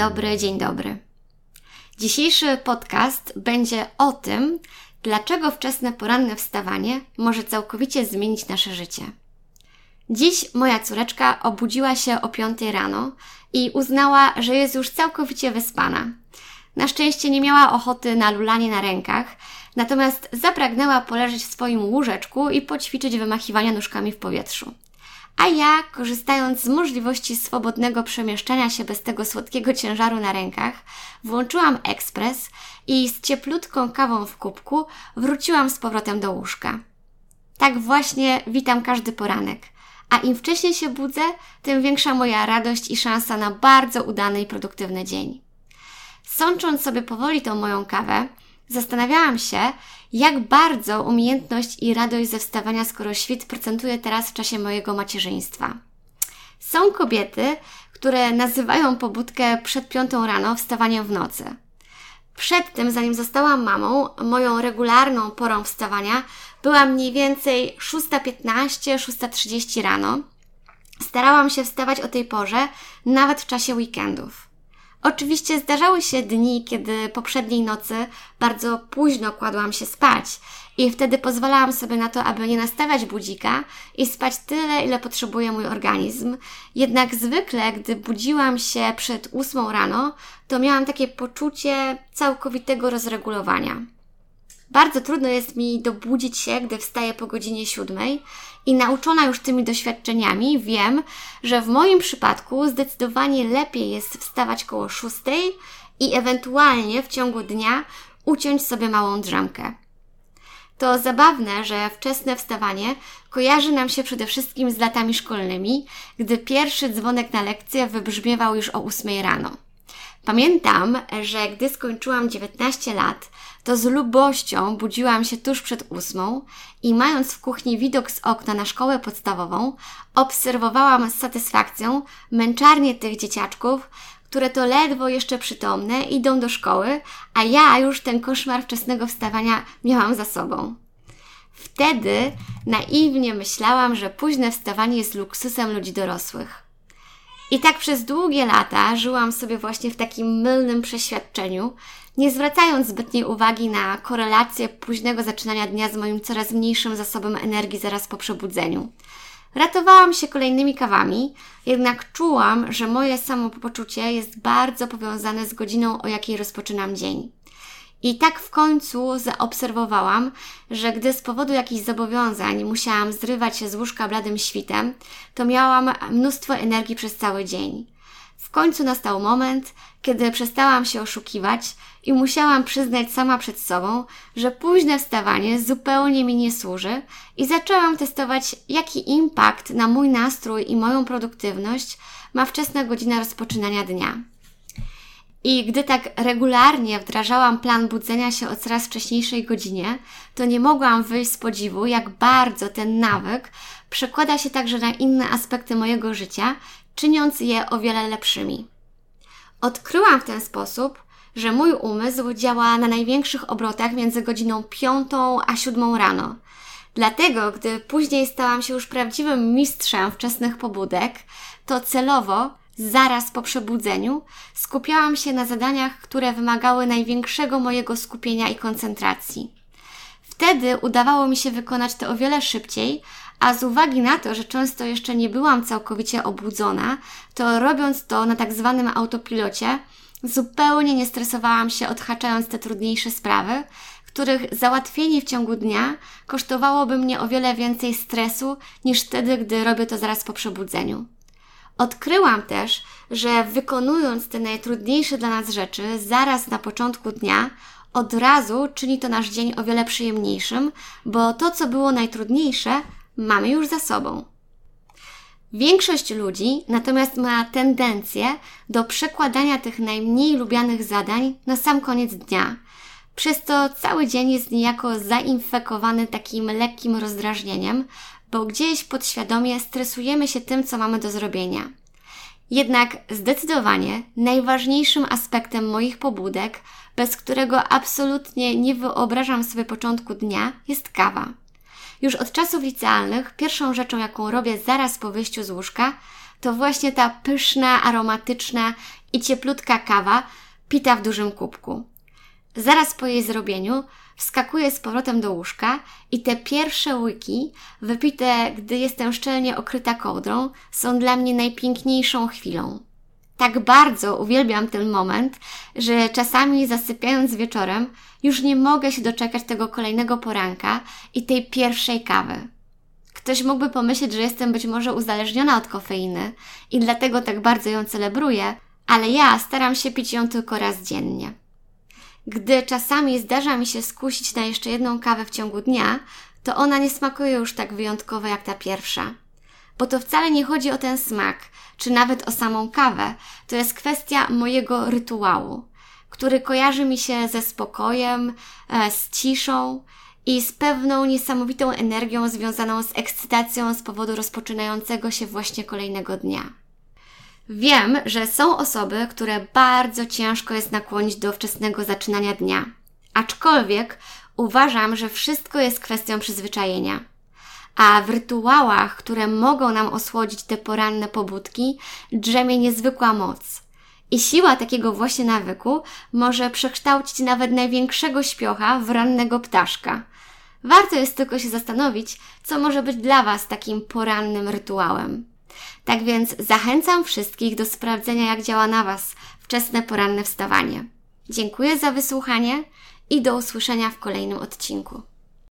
Dzień dobry. Dzisiejszy podcast będzie o tym, dlaczego wczesne poranne wstawanie może całkowicie zmienić nasze życie. Dziś moja córeczka obudziła się o 5 rano i uznała, że jest już całkowicie wyspana. Na szczęście nie miała ochoty na lulanie na rękach, natomiast zapragnęła poleżeć w swoim łóżeczku i poćwiczyć wymachiwania nóżkami w powietrzu. A ja, korzystając z możliwości swobodnego przemieszczania się bez tego słodkiego ciężaru na rękach, włączyłam ekspres i z cieplutką kawą w kubku wróciłam z powrotem do łóżka. Tak właśnie witam każdy poranek, a im wcześniej się budzę, tym większa moja radość i szansa na bardzo udany i produktywny dzień. Sącząc sobie powoli tą moją kawę, zastanawiałam się, jak bardzo umiejętność i radość ze wstawania skoro świt procentuje teraz w czasie mojego macierzyństwa. Są kobiety, które nazywają pobudkę przed 5 rano wstawaniem w nocy. Przed tym, zanim zostałam mamą, moją regularną porą wstawania była mniej więcej 6:15, 6:30 rano. Starałam się wstawać o tej porze, nawet w czasie weekendów. Oczywiście zdarzały się dni, kiedy poprzedniej nocy bardzo późno kładłam się spać i wtedy pozwalałam sobie na to, aby nie nastawiać budzika i spać tyle, ile potrzebuje mój organizm. Jednak zwykle, gdy budziłam się przed 8 rano, to miałam takie poczucie całkowitego rozregulowania. Bardzo trudno jest mi dobudzić się, gdy wstaję po godzinie 7 i nauczona już tymi doświadczeniami wiem, że w moim przypadku zdecydowanie lepiej jest wstawać koło 6 i ewentualnie w ciągu dnia uciąć sobie małą drzemkę. To zabawne, że wczesne wstawanie kojarzy nam się przede wszystkim z latami szkolnymi, gdy pierwszy dzwonek na lekcję wybrzmiewał już o 8 rano. Pamiętam, że gdy skończyłam 19 lat, to z lubością budziłam się tuż przed 8 i mając w kuchni widok z okna na szkołę podstawową, obserwowałam z satysfakcją męczarnię tych dzieciaczków, które to ledwo jeszcze przytomne idą do szkoły, a ja już ten koszmar wczesnego wstawania miałam za sobą. Wtedy naiwnie myślałam, że późne wstawanie jest luksusem ludzi dorosłych. I tak przez długie lata żyłam sobie właśnie w takim mylnym przeświadczeniu, nie zwracając zbytniej uwagi na korelację późnego zaczynania dnia z moim coraz mniejszym zasobem energii zaraz po przebudzeniu. Ratowałam się kolejnymi kawami, jednak czułam, że moje samopoczucie jest bardzo powiązane z godziną, o jakiej rozpoczynam dzień. I tak w końcu zaobserwowałam, że gdy z powodu jakichś zobowiązań musiałam zrywać się z łóżka bladym świtem, to miałam mnóstwo energii przez cały dzień. W końcu nastał moment, kiedy przestałam się oszukiwać i musiałam przyznać sama przed sobą, że późne wstawanie zupełnie mi nie służy i zaczęłam testować, jaki impact na mój nastrój i moją produktywność ma wczesna godzina rozpoczynania dnia. I gdy tak regularnie wdrażałam plan budzenia się o coraz wcześniejszej godzinie, to nie mogłam wyjść z podziwu, jak bardzo ten nawyk przekłada się także na inne aspekty mojego życia, czyniąc je o wiele lepszymi. Odkryłam w ten sposób, że mój umysł działa na największych obrotach między godziną 5 a 7 rano. Dlatego, gdy później stałam się już prawdziwym mistrzem wczesnych pobudek, to celowo, zaraz po przebudzeniu, skupiałam się na zadaniach, które wymagały największego mojego skupienia i koncentracji. Wtedy udawało mi się wykonać to o wiele szybciej, a z uwagi na to, że często jeszcze nie byłam całkowicie obudzona, to robiąc to na tak zwanym autopilocie, zupełnie nie stresowałam się odhaczając te trudniejsze sprawy, których załatwienie w ciągu dnia kosztowałoby mnie o wiele więcej stresu niż wtedy, gdy robię to zaraz po przebudzeniu. Odkryłam też, że wykonując te najtrudniejsze dla nas rzeczy zaraz na początku dnia, od razu czyni to nasz dzień o wiele przyjemniejszym, bo to, co było najtrudniejsze, mamy już za sobą. Większość ludzi natomiast ma tendencję do przekładania tych najmniej lubianych zadań na sam koniec dnia. Przez to cały dzień jest niejako zainfekowany takim lekkim rozdrażnieniem, bo gdzieś podświadomie stresujemy się tym, co mamy do zrobienia. Jednak zdecydowanie najważniejszym aspektem moich pobudek, bez którego absolutnie nie wyobrażam sobie początku dnia, jest kawa. Już od czasów licealnych pierwszą rzeczą, jaką robię zaraz po wyjściu z łóżka, to właśnie ta pyszna, aromatyczna i cieplutka kawa pita w dużym kubku. Zaraz po jej zrobieniu wskakuję z powrotem do łóżka i te pierwsze łyki, wypite, gdy jestem szczelnie okryta kołdrą, są dla mnie najpiękniejszą chwilą. Tak bardzo uwielbiam ten moment, że czasami zasypiając wieczorem już nie mogę się doczekać tego kolejnego poranka i tej pierwszej kawy. Ktoś mógłby pomyśleć, że jestem być może uzależniona od kofeiny i dlatego tak bardzo ją celebruję, ale ja staram się pić ją tylko raz dziennie. Gdy czasami zdarza mi się skusić na jeszcze jedną kawę w ciągu dnia, to ona nie smakuje już tak wyjątkowo jak ta pierwsza. Bo to wcale nie chodzi o ten smak, czy nawet o samą kawę. To jest kwestia mojego rytuału, który kojarzy mi się ze spokojem, z ciszą i z pewną niesamowitą energią związaną z ekscytacją z powodu rozpoczynającego się właśnie kolejnego dnia. Wiem, że są osoby, które bardzo ciężko jest nakłonić do wczesnego zaczynania dnia. Aczkolwiek uważam, że wszystko jest kwestią przyzwyczajenia. A w rytuałach, które mogą nam osłodzić te poranne pobudki, drzemie niezwykła moc. I siła takiego właśnie nawyku może przekształcić nawet największego śpiocha w rannego ptaszka. Warto jest tylko się zastanowić, co może być dla Was takim porannym rytuałem. Tak więc zachęcam wszystkich do sprawdzenia, jak działa na Was wczesne poranne wstawanie. Dziękuję za wysłuchanie i do usłyszenia w kolejnym odcinku.